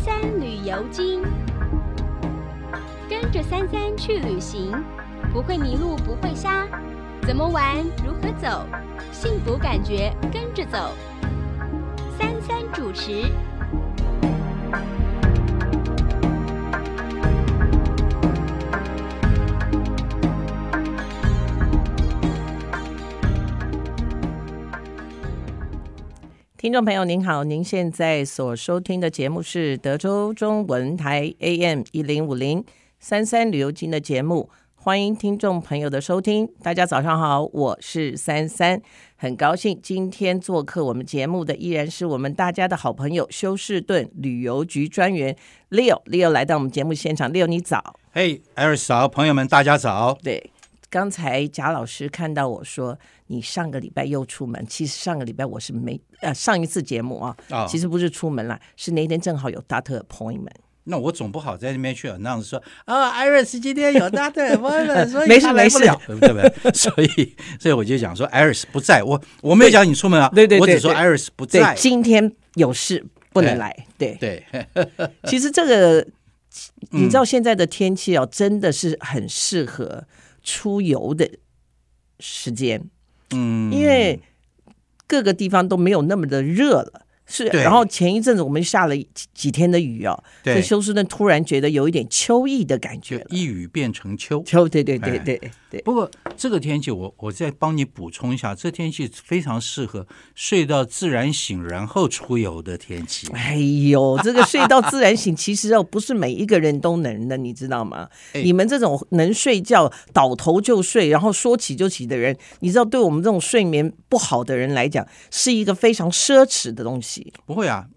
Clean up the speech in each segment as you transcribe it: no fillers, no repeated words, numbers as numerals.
三旅游经，跟着33去旅行，不会迷路，不会瞎，怎么玩，如何走，幸福感觉跟着走。33主持。 听众朋友您好，您现在所收听的节目是德州中文台 AM1050 33旅游经的节目，欢迎听众朋友的收听。大家早上好，我是33，很高兴今天做客我们节目的依然是我们大家的好朋友休士顿旅游局专员 Leo 来到我们节目现场。 Leo 你早。 嘿，艾瑞斯早，朋友们大家早。 对，刚才贾老师看到我说你上个礼拜又出门，其实上个礼拜我是上一次节目其实不是出门啦，是那天正好有 doctor appointment。 那我总不好在那边去那样子说艾瑞斯今天有 doctor appointment， 所以没事没事， 对不对？所以我就讲说艾瑞斯不在，我没有讲你出门啊， 对， 我只说艾瑞斯不在， 今天有事不能来，对。其实这个你知道现在的天气真的是很适合出游的时间，因为各个地方都没有那么的热了，是。然后前一阵子我们下了几天的雨所以休斯顿突然觉得有一点秋意的感觉了， 一雨变成秋， 对。 不过这个天气我再帮你补充一下，这天气非常适合睡到自然醒然后出游的天气。 哎呦，这个睡到自然醒其实不是每一个人都能的，你知道吗？你们这种能睡觉倒头就睡然后说起就起的人，你知道对我们这种睡眠不好的人来讲是一个非常奢侈的东西。 不会啊，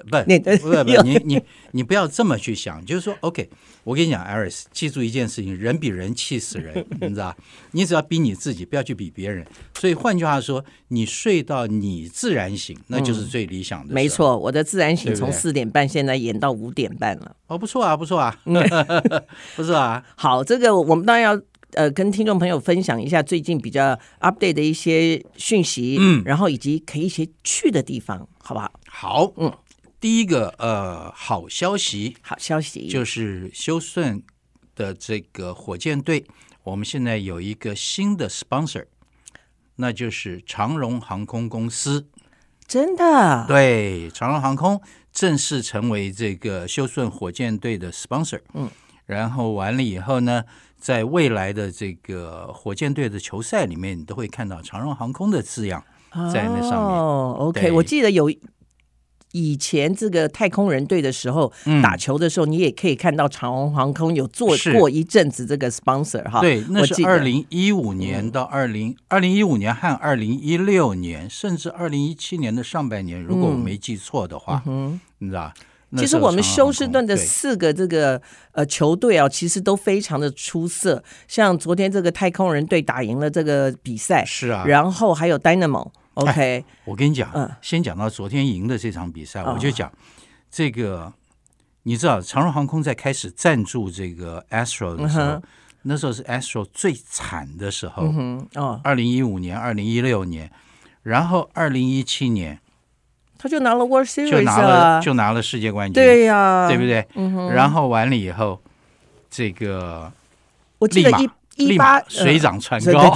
你不要这么去想，就是说 OK， 我跟你讲 Iris， 记住一件事情，人比人气死人你知道，你只要比你自己，不要去比别人。所以换句话说，你睡到你自然醒，那就是最理想的事。 没错，我的自然醒从4点半现在延到5点半了。 不错啊不错啊好，这个我们当然要跟听众朋友分享一下最近比较 update 的一些讯息，然后以及可以一些去的地方，好不好？ 好，第一个好消息就是休斯顿的这个火箭队，我们现在有一个新的 sponsor， 那就是长荣航空公司。 真的？ 对，长荣航空正式成为这个休斯顿火箭队的 sponsor。然后完了以后呢，在未来的这个火箭队的球赛里面，你都会看到长荣航空的字样在那上面。 OK， 我记得以前这个太空人队的时候，打球的时候，你也可以看到长荣航空有做过一阵子这个 sponsor 哈。 对，那是2015年到2015年和2016年，甚至2017年的上半年，如果我没记错的话，你知道。 其实我们休斯顿的4个这个球队其实都非常的出色，像昨天这个太空人队打赢了这个比赛， 是啊， 然后还有 Dynamo。OK， 我跟你讲，先讲到昨天赢的这场比赛，我就讲这个，你知道长荣航空在开始赞助这个 Astro 的时候，那时候是 Astro 最惨的时候，2015年、2016年，然后2017年。 他就拿了 World Series 就拿了世界冠军， 对呀， 对不对？然后完了以后，这个我记得立马水涨船高。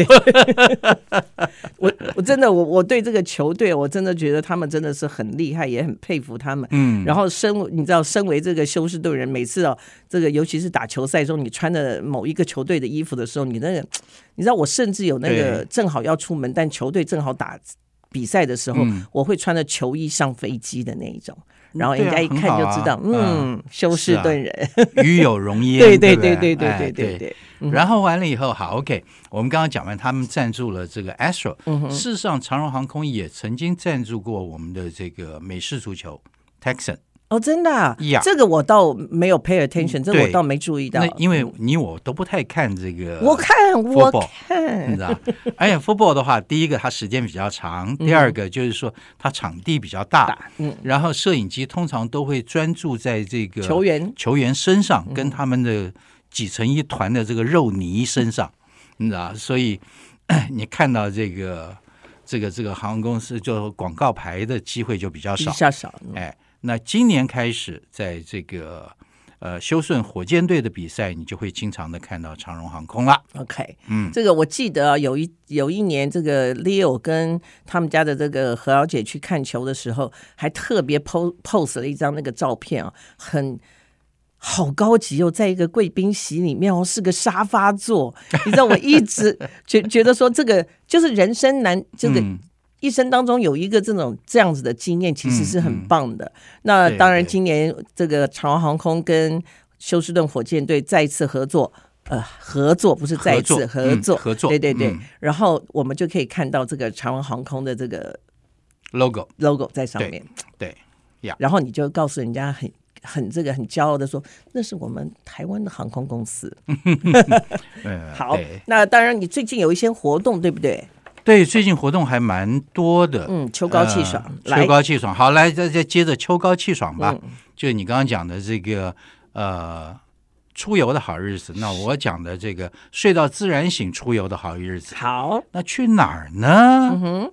我真的我对这个球队，我真的觉得他们真的是很厉害，也很佩服他们。然后你知道，身为这个休斯顿人，每次这个尤其是打球赛中，你穿的某一个球队的衣服的时候，你知道，我甚至有那个正好要出门，但球队正好打比赛的时候，我会穿着球衣上飞机的那一种，然后人家一看就知道，休斯顿人， 与有荣焉。 对。 然后完了以后，好 ，OK， 我们刚刚讲完，他们赞助了这个 Astro，事实上，长荣航空也曾经赞助过我们的这个美式足球 Texan。 真的啊？这个我倒没有 pay attention， 这个我倒没注意到。 因为你我都不太看这个， 我看， 你知道？而且 football 的话，第一个它时间比较长，第二个就是说它场地比较大，然后摄影机通常都会专注在这个球员身上，跟他们的挤成一团的这个肉泥身上，你知道？所以你看到这个航空公司就广告牌的机会就比较少， 那今年开始，在这个休顺火箭队的比赛，你就会经常的看到长荣航空了。 OK， 这个我记得有一年，这个 Leo 跟他们家的这个何小姐去看球的时候，还特别 post 了一张那个照片啊，好高级哦，在一个贵宾席里面哦，是个沙发座。你知道，我一直觉得说，这个就是人生这个一生当中有一个这样子的经验，其实是很棒的。那当然，今年这个长荣航空跟休斯顿火箭队再一次合作不是再一次合作，对对对。然后我们就可以看到这个长荣航空的这个 logo 在上面， 对呀。 然后你就告诉人家很骄傲的说，那是我们台湾的航空公司。好，那当然你最近有一些活动，对不对？ 对，最近活动还蛮多的。 秋高气爽， 秋高气爽。好，来再接着秋高气爽吧。就你刚刚讲的这个出游的好日子，那我讲的这个睡到自然醒出游的好日子。 好， 那去哪儿呢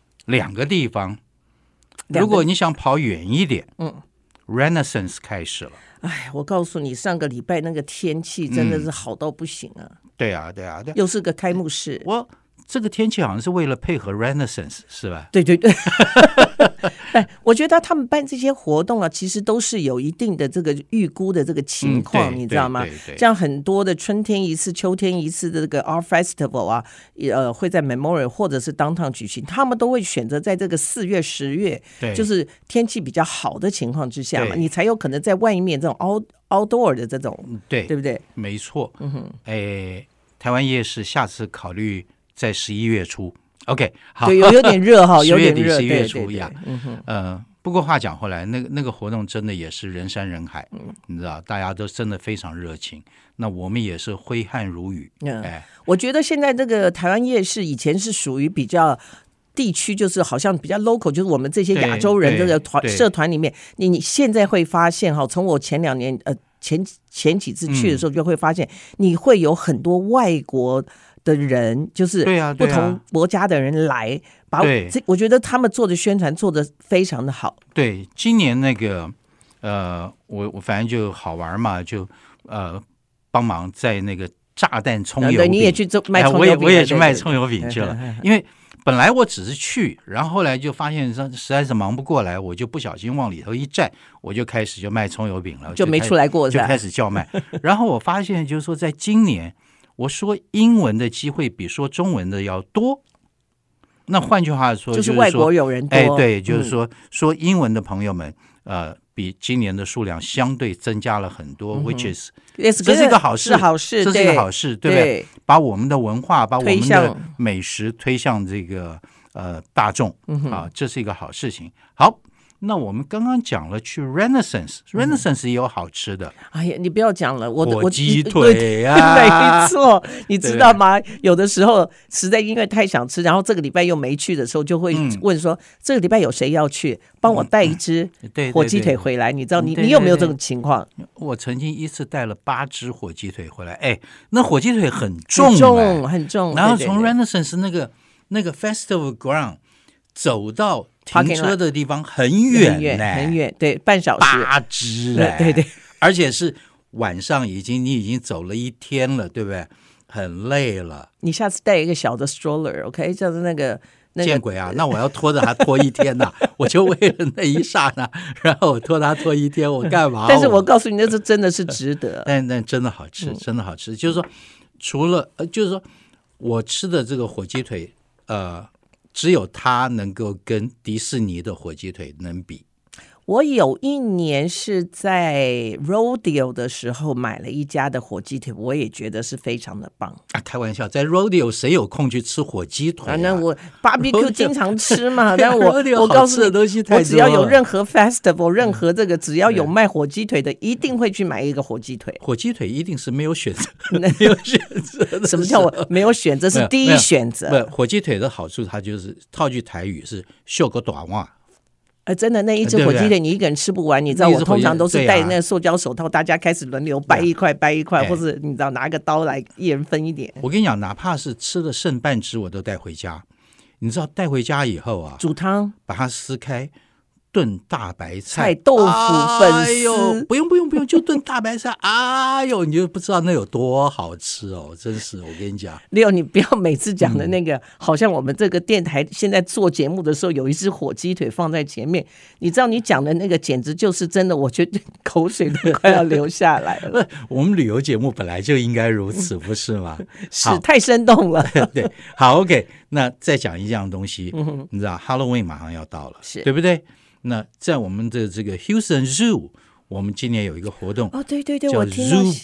？2个地方。如果你想跑远一点，Renaissance 开始了。 哎，我告诉你，上个礼拜那个天气真的是好到不行啊！ 对啊， 又是个开幕式。 这个天气好像是为了配合 Renaissance 是吧？ 对。我觉得他们办这些活动啊，其实都是有一定的这个预估的这个情况，你知道吗？这样很多的春天一次、秋天一次的这个 Art Festival 啊，会在 Memorial 或者是 Downtown 举行，他们都会选择在这个4月、10月，就是天气比较好的情况之下嘛，你才有可能在外面这种 outdoor 的这种，对不对？ 没错。台湾夜市下次考虑在11月初 ，OK， 好， 对，有点热哈，有点热，10月初呀。不过话讲回来，那个活动真的也是人山人海，你知道，大家都真的非常热情。那我们也是挥汗如雨。 我觉得现在这个台湾夜市以前是属于比较地区，就是好像比较 local， 就是我们这些亚洲人这个社团里面，你现在会发现哈，从我前2年前几次去的时候，就会发现你会有很多外国的人，就是不同国家的人来，我觉得他们做的宣传做的非常的好。对， 今年那个我反正就好玩嘛，就帮忙在那个炸弹葱油饼， 对，你也去卖葱油饼， 我也去卖葱油饼去了，因为本来我只是去，然后后来就发现实在是忙不过来，我就不小心往里头一站，我就开始就卖葱油饼了， 就没出来过， 就开始叫卖。然后我发现就是说，在今年我说英文的机会比说中文的要多。那换句话说， 就是外国友人多。 对，就是说英文的朋友们，比今年的数量相对增加了很多，which is 这是一个好事，这是一个好事，对不对？把我们的文化，把我们的美食推向这个大众啊，这是一个好事情。好。那我们刚刚讲了去 Renaissance 也有好吃的。 哎呀，你不要讲了， 火鸡腿啊， 没错，你知道吗？有的时候实在因为太想吃，然后这个礼拜又没去的时候，就会问说，这个礼拜有谁要去，帮我带一只火鸡腿回来。你知道你有没有这种情况？我曾经一次带了8只火鸡腿回来，那火鸡腿很重， 很重。 然后从 Renaissance 那个 Festival Ground 走到停车的地方很远， 很远，对，半小时。 8只，对，而且是晚上你已经走了一天了，对不对？很累了。 你下次带一个小的 stroller，OK， 像是那个见鬼啊！那我要拖着他拖一天呐，我就为了那一刹那，然后我拖他拖一天，我干嘛？ 但是我告诉你，那是真的是值得。 但真的好吃，真的好吃。就是说，除了就是说我吃的这个火鸡腿，只有它能够跟迪士尼的火鸡腿能比。 我有一年是在 Rodeo 的时候买了一家的火鸡腿，我也觉得是非常的棒啊！开玩笑，在 Rodeo 谁有空去吃火鸡腿那我 Barbecue 经常吃嘛，但我告诉你，我只要有任何 Festival， 任何这个只要有卖火鸡腿的，一定会去买一个火鸡腿。 火鸡腿一定是没有选择，没有选择的。 什么叫我没有选择？是第一选择。 不，火鸡腿的好处，它就是套句台语是秀个短袜。 真的，那一只火鸡腿你一个人吃不完，你知道我通常都是戴那个塑胶手套，大家开始轮流掰一块，或者你知道拿个刀来一人分一点。 我跟你讲，哪怕是吃了剩半只，我都带回家。你知道带回家以后啊， 煮汤， 把它撕开， 炖大白菜豆腐粉丝， 哎呦，不用，就炖大白菜，哎呦，你就不知道那有多好吃哦，真是，我跟你讲 ，Leo，你不要每次讲的那个，好像我们这个电台现在做节目的时候有一只火鸡腿放在前面，你知道你讲的那个简直就是真的，我觉得口水都快要流下来了。 我们旅游节目本来就应该如此，不是吗？ 是太生动了。 对，好 ，OK， 那再讲一样东西，你知道 Halloween 马上要到了，对不对？那在我们的这个 Houston Zoo， 我们今年有一个活动， 对， 叫 Zoo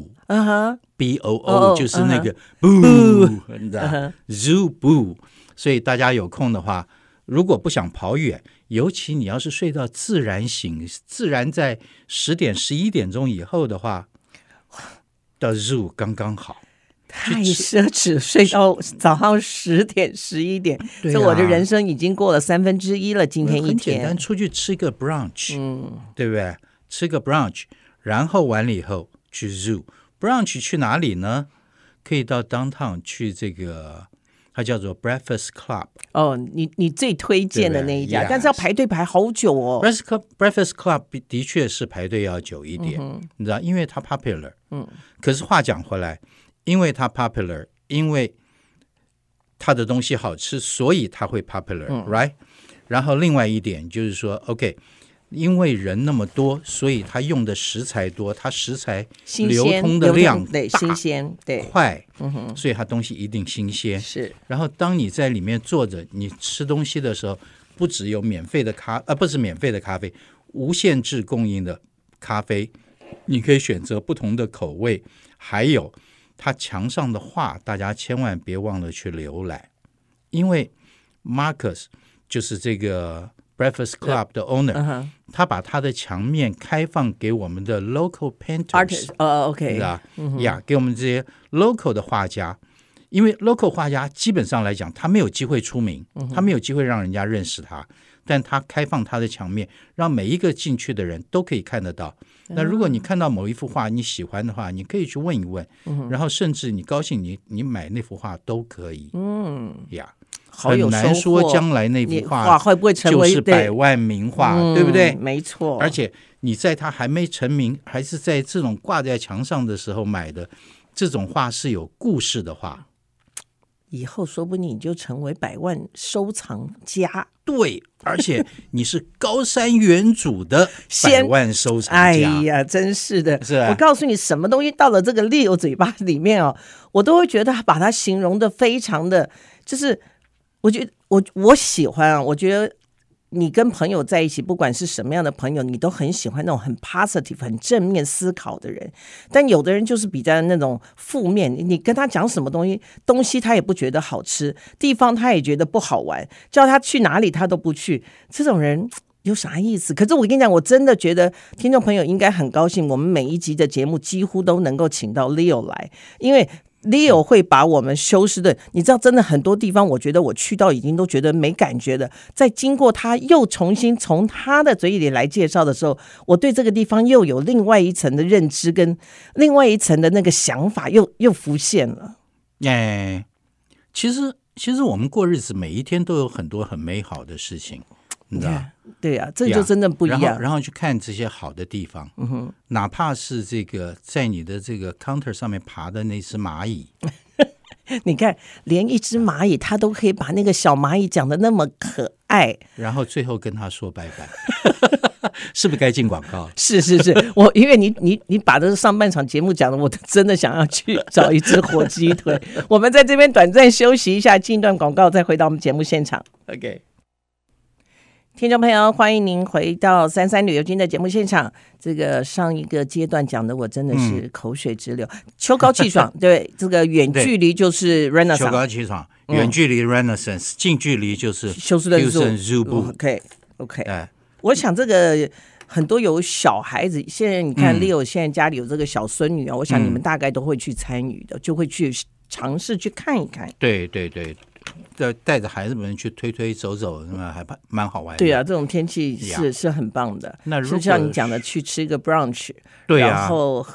Boo， BOO， 就是那个 Boo， 你知道 Zoo Boo， 所以大家有空的话，如果不想跑远，尤其你要是睡到自然醒，自然在10点11点钟以后的话，到 Zoo 刚刚好。 太奢侈，睡到早上10点11点，这我的人生已经过了1/3了。今天一天很简单，出去吃个 brunch，对不对？吃个 brunch， 然后完了以后去 zoo。brunch 去哪里呢？可以到 downtown 去这个，它叫做 Breakfast Club。 你最推荐的那一家，但是要排队排好久哦。 Breakfast Club 的确是排队要久一点，你知道，因为它 popular。可是话讲回来。因为它 popular， 因为它的东西好吃，所以它会 popular，right？ 然后另外一点就是说 ，OK， 因为人那么多，所以它用的食材多，它食材流通的量大， 对，新鲜，对， 快，所以它东西一定新鲜。 是。 然后当你在里面坐着，你吃东西的时候，不只有免费的不是免费的咖啡，无限制供应的咖啡，你可以选择不同的口味，还有。他墙上的画，大家千万别忘了去浏览，因为 Marcus 就是这个 Breakfast Club 的 owner，他把他的墙面开放给我们的 local painters，OK， 给我们这些 local 的画家，因为 local 画家基本上来讲，他没有机会出名，他没有机会让人家认识他，但他开放他的墙面，让每一个进去的人都可以看得到。那如果你看到某一幅画你喜欢的话，你可以去问一问，然后甚至你高兴你买那幅画都可以。 好有收获， 很难说将来那幅画会不会成为就是百万名画，对不对？ 没错。 而且你在它还没成名，还是在这种挂在墙上的时候买的这种画是有故事的画， 以后说不定你就成为百万收藏家。 对，而且你是高山原主的百万收藏家。 哎呀，真是的， 是啊， 我告诉你，什么东西到了这个Leo嘴巴里面哦，我都会觉得他把它形容的非常的，就是我觉得我喜欢啊，我觉得。你跟朋友在一起，不管是什么样的朋友，你都很喜欢那种很 positive 很正面思考的人，但有的人就是比较那种负面，你跟他讲什么东西他也不觉得好吃，地方他也觉得不好玩，叫他去哪里他都不去，这种人有啥意思？可是我跟你讲，我真的觉得听众朋友应该很高兴，我们每一集的节目几乎都能够请到 Leo 来，因为Leo 会把我们休斯顿，你知道真的很多地方我觉得我去到已经都觉得没感觉了，在经过他又重新从他的嘴里来介绍的时候，我对这个地方又有另外一层的认知跟另外一层的那个想法又浮现了。 其实我们过日子每一天都有很多很美好的事情，你知道对啊，这就真的不一样。 然后去看这些好的地方，哪怕是这个在你的这个 counter 上面爬的那只蚂蚁， 你看，连一只蚂蚁它都可以把那个小蚂蚁讲得那么可爱， 然后最后跟他说拜拜，是不是该进广告？ 是，我因为你把这上半场节目讲的，我真的想要去找一只火鸡腿。我们在这边短暂休息一下，进一段广告，再回到我们节目现场。 OK。 听众朋友，欢迎您回到33旅游经的节目现场。这个上一个阶段讲的，我真的是口水直流，秋高气爽。对，这个远距离就是 Renaissance， 秋高气爽，远距离 Renaissance， 近距离就是休斯顿 Zoo。OK， 我想这个很多有小孩子，现在你看 Leo 现在家里有这个小孙女啊，我想你们大概都会去参与的，就会去尝试去看一看。 对。带着孩子们去推走走，还蛮好玩的。 对啊，这种天气是很棒的。 那如果就像你讲的，去吃一个 brunch， 对啊， 然后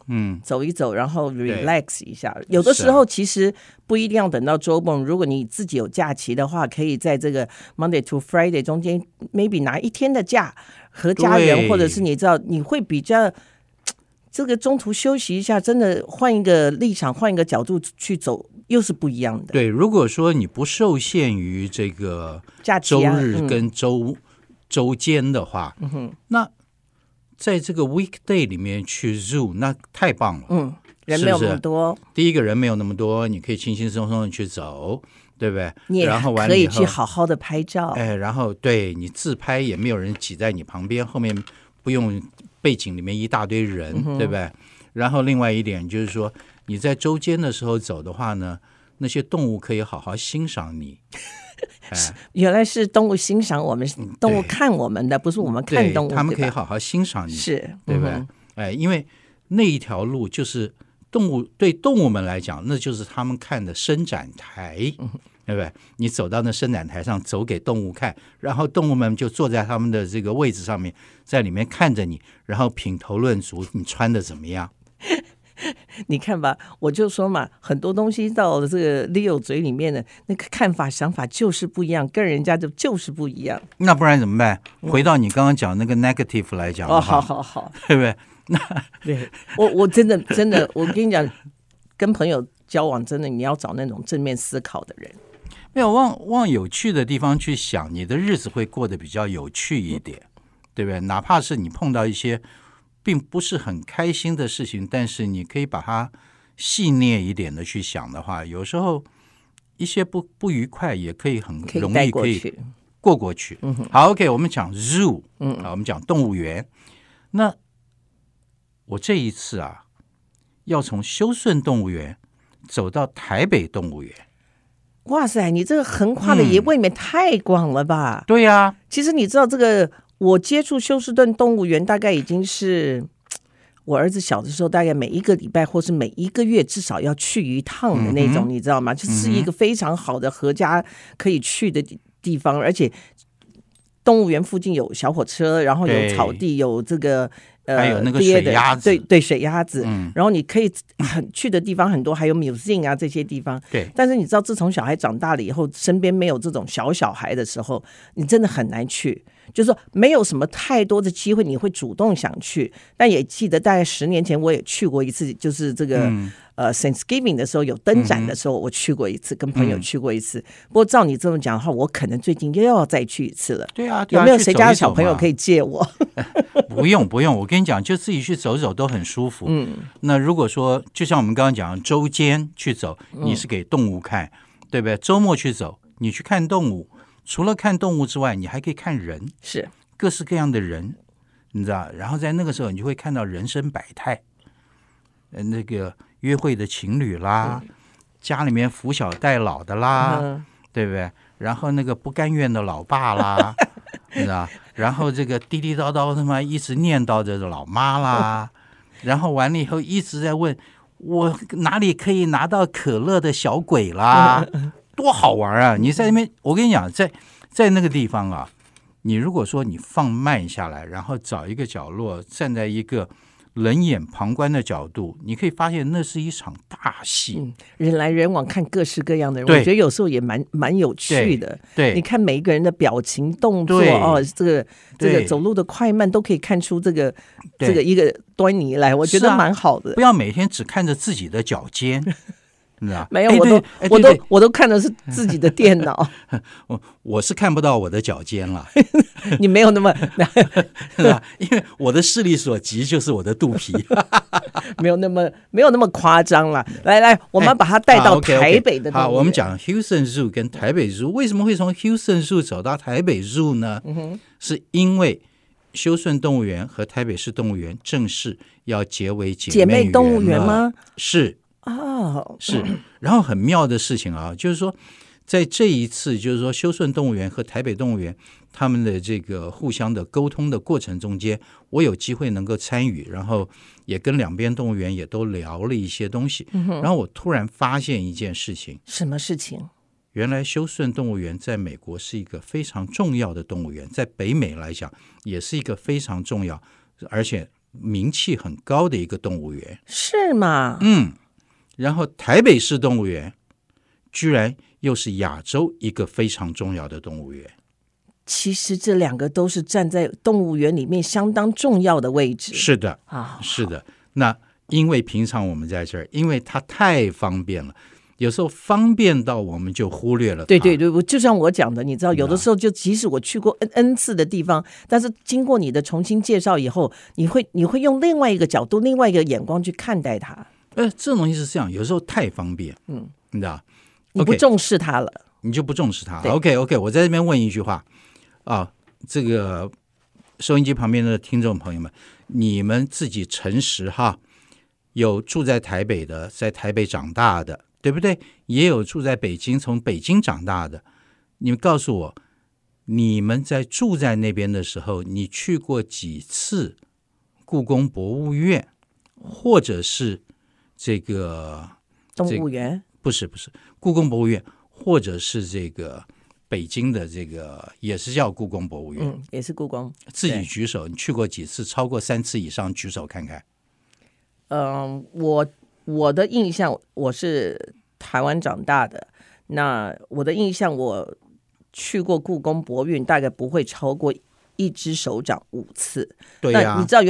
走一走，然后 relax 一下。有的时候其实不一定要等到周末，如果你自己有假期的话，可以在这个 Monday to Friday 中间 maybe 拿一天的假和家人，或者是你知道你会比较这个中途休息一下，真的换一个立场，换一个角度去走，又是不一样的。 对，如果说你不受限于这个周日跟周间的话，那在这个 weekday 里面去 zoo 那太棒了。 人没有那么多， 是不是？第一个人没有那么多，你可以轻轻松松的去走，对不对？ 你也可以去好好的拍照。 然后对你自拍也没有人挤在你旁边，后面不用背景里面一大堆人，对不对？然后另外一点就是说，你在周间的时候走的话呢，那些动物可以好好欣赏你。 原来是动物欣赏我们，动物看我们的，不是我们看动物， 他们可以好好欣赏你， 是对不对？因为那一条路就是动物，对动物们来讲，那就是他们看的伸展台，对不对？你走到那伸展台上，走给动物看，然后动物们就坐在他们的这个位置上面，在里面看着你，然后品头论足，你穿的怎么样？ 你看吧，我就说嘛，很多东西到了这个 Leo 嘴里面的那个看法想法就是不一样，跟人家就是不一样。 那不然怎么办？回到你刚刚讲那个 negative 来讲的话， 好， 对不对？ 对，我真的，我跟你讲，跟朋友交往真的你要找那种正面思考的人， 没有往有趣的地方去想，你的日子会过得比较有趣一点，对不对？哪怕是你碰到一些并不是很开心的事情，但是你可以把它细腻一点的去想的话，有时候一些不愉快也可以很容易可以过去。好 ，OK， 我们讲 zoo，我们讲动物园。那我这一次要从休顺动物园走到台北动物园。 哇塞，你这个横跨的也未免太广了吧？ 对呀， 其实你知道这个，我接触休斯顿动物园大概已经是我儿子小的时候，大概每一个礼拜或是每一个月至少要去一趟的那种，你知道吗？就是一个非常好的合家可以去的地方，而且动物园附近有小火车，然后有草地，有这个还有那个水鸭子， 对水鸭子，然后你可以去的地方很多，还有 museum 这些地方。 对， 但是你知道，自从小孩长大了以后，身边没有这种小孩的时候，你真的很难去。就是说，没有什么太多的机会，你会主动想去。但也记得，大概10年前我也去过一次，就是这个Thanksgiving 的时候有灯展的时候，我去过一次，跟朋友去过一次。不过照你这么讲的话，我可能最近又要再去一次了。 对啊， 有没有谁家的小朋友可以借我？ 不用，我跟你讲，就自己去走走都很舒服。那如果说，就像我们刚刚讲，周间去走，你是给动物看，对不对？周末去走，你去看动物。除了看动物之外，你还可以看人， 是各式各样的人，你知道？然后在那个时候，你就会看到人生百态，那个约会的情侣啦，家里面扶小带老的啦，对不对？然后那个不甘愿的老爸啦，你知道？然后这个地地道道他妈一直念叨着的老妈啦，然后完了以后一直在问我哪里可以拿到可乐的小鬼啦。多好玩啊！你在那边，我跟你讲，在那个地方你如果说你放慢下来，然后找一个角落，站在一个冷眼旁观的角度，你可以发现那是一场大戏。 人来人往，看各式各样的人，我觉得有时候也蛮有趣的。 对， 你看每一个人的表情动作这个走路的快慢都可以看出这个一个端倪来，我觉得蛮好的。 不要每天只看着自己的脚尖。 没有，我都看的是自己的电脑。 我是看不到我的脚尖了。 你没有那么因为我的视力所及就是我的肚皮。 没有那么夸张了。来，我们把它带到台北的。 好，我们讲 Houston Zoo 跟台北 Zoo， 为什么会从 Houston Zoo 走到台北 Zoo 呢？是因为休顺动物园和台北市动物园正式要结为姐妹动物园吗？ 是。是，然后很妙的事情就是说，在这一次，就是说休顺动物园和台北动物园他们的这个互相的沟通的过程中间，我有机会能够参与，然后也跟两边动物园也都聊了一些东西。然后我突然发现一件事情。 什么事情？ 原来休顺动物园在美国是一个非常重要的动物园，在北美来讲也是一个非常重要，而且名气很高的一个动物园。 是吗？ 然后台北市动物园居然又是亚洲一个非常重要的动物园。 其实这两个都是站在动物园里面相当重要的位置。 是的是的。那因为平常我们在这儿，因为它太方便了，有时候方便到我们就忽略了它。 对对对，就像我讲的，你知道有的时候就即使我去过 N 次的地方，但是经过你的重新介绍以后，你会用另外一个角度另外一个眼光去看待它。 这种东西是这样，有时候太方便，你知道， 你不重视它了， 你就不重视它了。OK， 我在这边问一句话啊，这个收音机旁边的听众朋友们，你们自己诚实哈，有住在台北的，在台北长大的，对不对？也有住在北京，从北京长大的。你们告诉我，你们在住在那边的时候，你去过几次故宫博物院，或者是这个动物园？ 不是故宫博物院，或者是这个北京的这个也是叫故宫博物院， 也是故宫。 自己举手，你去过几次？超过3次以上举手看看。 我的印象，我是台湾长大的，那我的印象，我去过故宫博物院大概不会超过一只手掌5次。 对呀， 那你知道有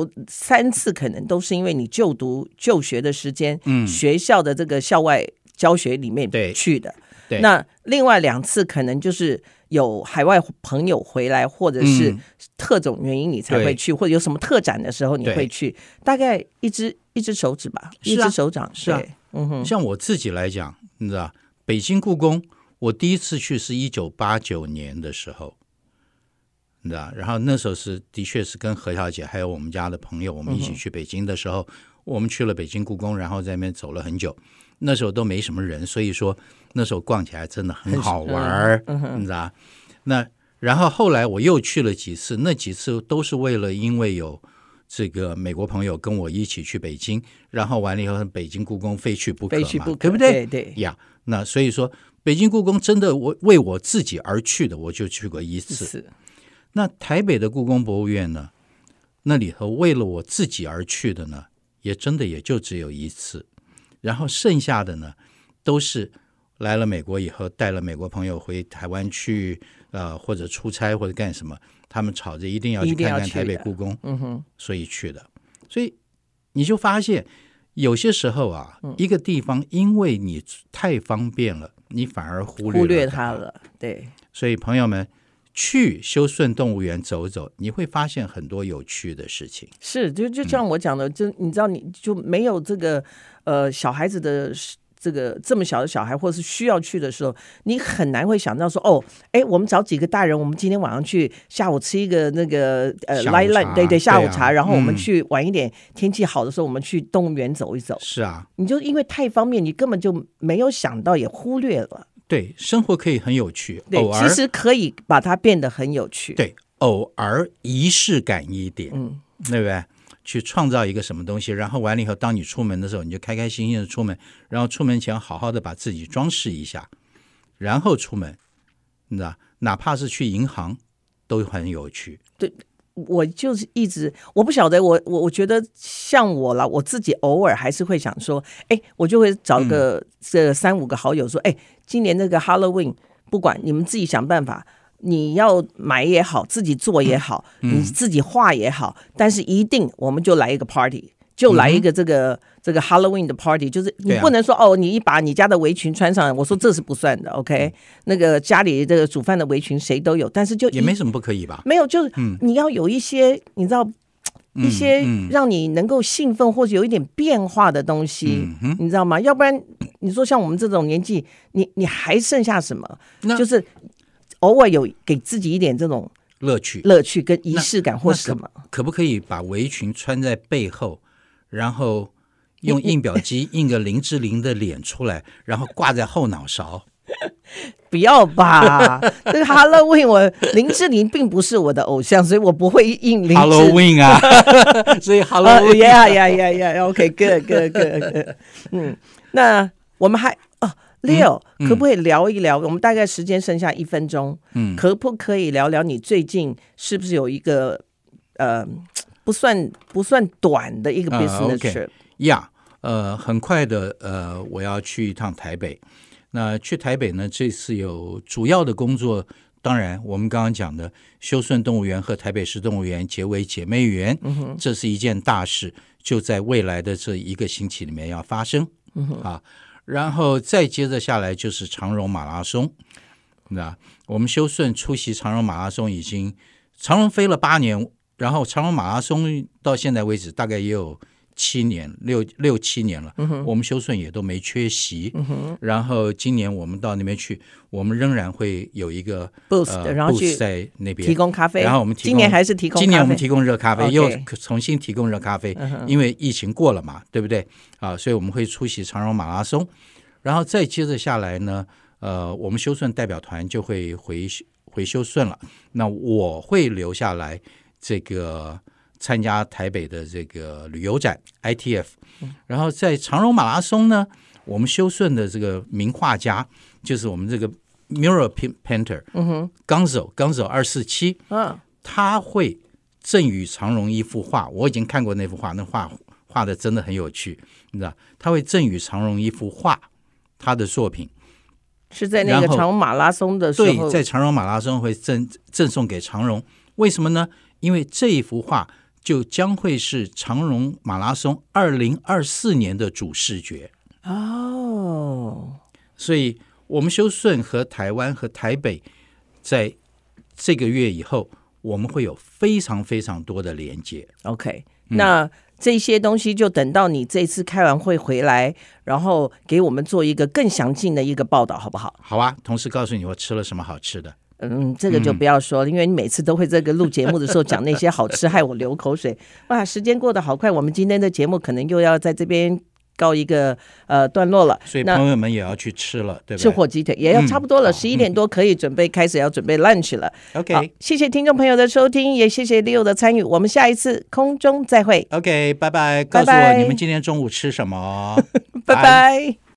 3次可能都是因为你就学的时间，学校的这个校外教学里面去的。 对， 那另外2次可能就是有海外朋友回来，或者是特种原因你才会去，或者有什么特展的时候你会去，大概一只手指吧，一只手掌。 是啊，像我自己来讲，你知道，北京故宫我第一次去是1989年的时候，你知道，然后那时候的确是跟何小姐还有我们家的朋友，我们一起去北京的时候，我们去了北京故宫，然后在那边走了很久。那时候都没什么人，所以说那时候逛起来真的很好玩，你知道。那然后后来我又去了几次，那几次都是因为有这个美国朋友跟我一起去北京，然后完了以后北京故宫非去不可嘛，对不对？ 对呀。那所以说北京故宫真的为我自己而去的，我就去过1次。那台北的故宫博物院呢，那里头为了我自己而去的呢，也真的也就只有1次。然后剩下的呢，都是来了美国以后，带了美国朋友回台湾去，或者出差或者干什么，他们吵着一定要去看看台北故宫，所以去的。所以你就发现，有些时候啊，一个地方因为你太方便了，你反而忽略它了。 对， 所以朋友们，去休顺动物园走走，你会发现很多有趣的事情。 是，就像我讲的，就你知道，你就没有这个小孩子的这么小的小孩，或是需要去的时候，你很难会想到说，我们找几个大人，我们今天晚上去下午吃一个那个对下午茶，然后我们去晚一点，天气好的时候，我们去动物园走一走。 是啊， 你就因为太方便，你根本就没有想到，也忽略了。 对，生活可以很有趣， 对，其实可以把它变得很有趣。 对，偶尔仪式感一点，对不对？去创造一个什么东西，然后完了以后，当你出门的时候，你就开开心心的出门，然后出门前好好的把自己装饰一下，然后出门，你知道，哪怕是去银行都很有趣。 对，我就是一直我不晓得，我觉得像我啦，我自己偶尔还是会想说，我就会找个这3-5个好友说，今年那个 Halloween， 不管你们自己想办法。你要买也好，自己做也好，你自己画也好，但是一定我们就来一个 party， 就来一个这个 Halloween 的 party， 就是你不能说你一把你家的围裙穿上，我说这是不算的 ，OK？那个家里这个煮饭的围裙谁都有，但是就也没什么不可以吧？ 没有，就是你要有一些你知道一些让你能够兴奋或者有一点变化的东西，你知道吗？要不然你说像我们这种年纪，你还剩下什么？就是偶尔有给自己一点这种乐趣跟仪式感或什么， 可不可以把围裙穿在背后，然后用印表机印个林志玲的脸出来，然后挂在后脑勺？ 不要吧，这个 Halloween 林志玲并不是我的偶像，所以我不会印林志玲 Halloween 啊，所以 Halloween OK good 那我们还Leo，可不可以聊一聊？我们大概时间剩下1分钟，可不可以聊聊你最近是不是有一个不算短的一个 business trip。 很快的我要去一趟台北。那去台北呢，这次有主要的工作，当然我们刚刚讲的休顺动物园和台北市动物园结为姐妹园，这是一件大事，就在未来的这1个星期里面要发生，然后再接着下来就是长荣马拉松。那我们休顺出席长荣马拉松长荣飞了8年，然后长荣马拉松到现在为止大概也有7年六七年了，我们休顺也都没缺席，然后今年我们到那边去，我们仍然会有一个 booth， 然后去在那边提供咖啡， 然后我们今年还是提供咖啡， 今年我们提供热咖啡， 又重新提供热咖啡，因为疫情过了嘛，对不对所以我们会出席长荣马拉松，然后再接着下来呢，我们休顺代表团就会回休顺了，那我会留下来这个参加台北的这个旅游展 ITF， 然后在长荣马拉松呢，我们休顺的这个名画家就是我们这个 mural painter， 冈守247，他会赠予长荣一幅画，我已经看过那幅画，那画的真的很有趣，你知道，他会赠予长荣一幅画，他的作品是在那个长荣马拉松的时候， 对，在长荣马拉松会赠送给长荣，为什么呢？因为这一幅画就将会是长荣马拉松2024年的主视觉所以我们休顺和台湾和台北在这个月以后，我们会有非常非常多的连接。 OK，那这些东西就等到你这次开完会回来，然后给我们做一个更详尽的一个报道，好不好？ 好啊，同时告诉你我吃了什么好吃的。 这个就不要说了，因为你每次都会这个录节目的时候讲那些好吃，害我流口水。哇，时间过得好快，我们今天的节目可能又要在这边告一个段落了。 所以朋友们也要去吃了，对不对？ 吃火鸡腿也要差不多了，11点多可以开始要准备 lunch 了。 OK， 谢谢听众朋友的收听，也谢谢 Leo 的参与，我们下一次空中再会。 OK， 拜拜，告诉我你们今天中午吃什么。 拜拜。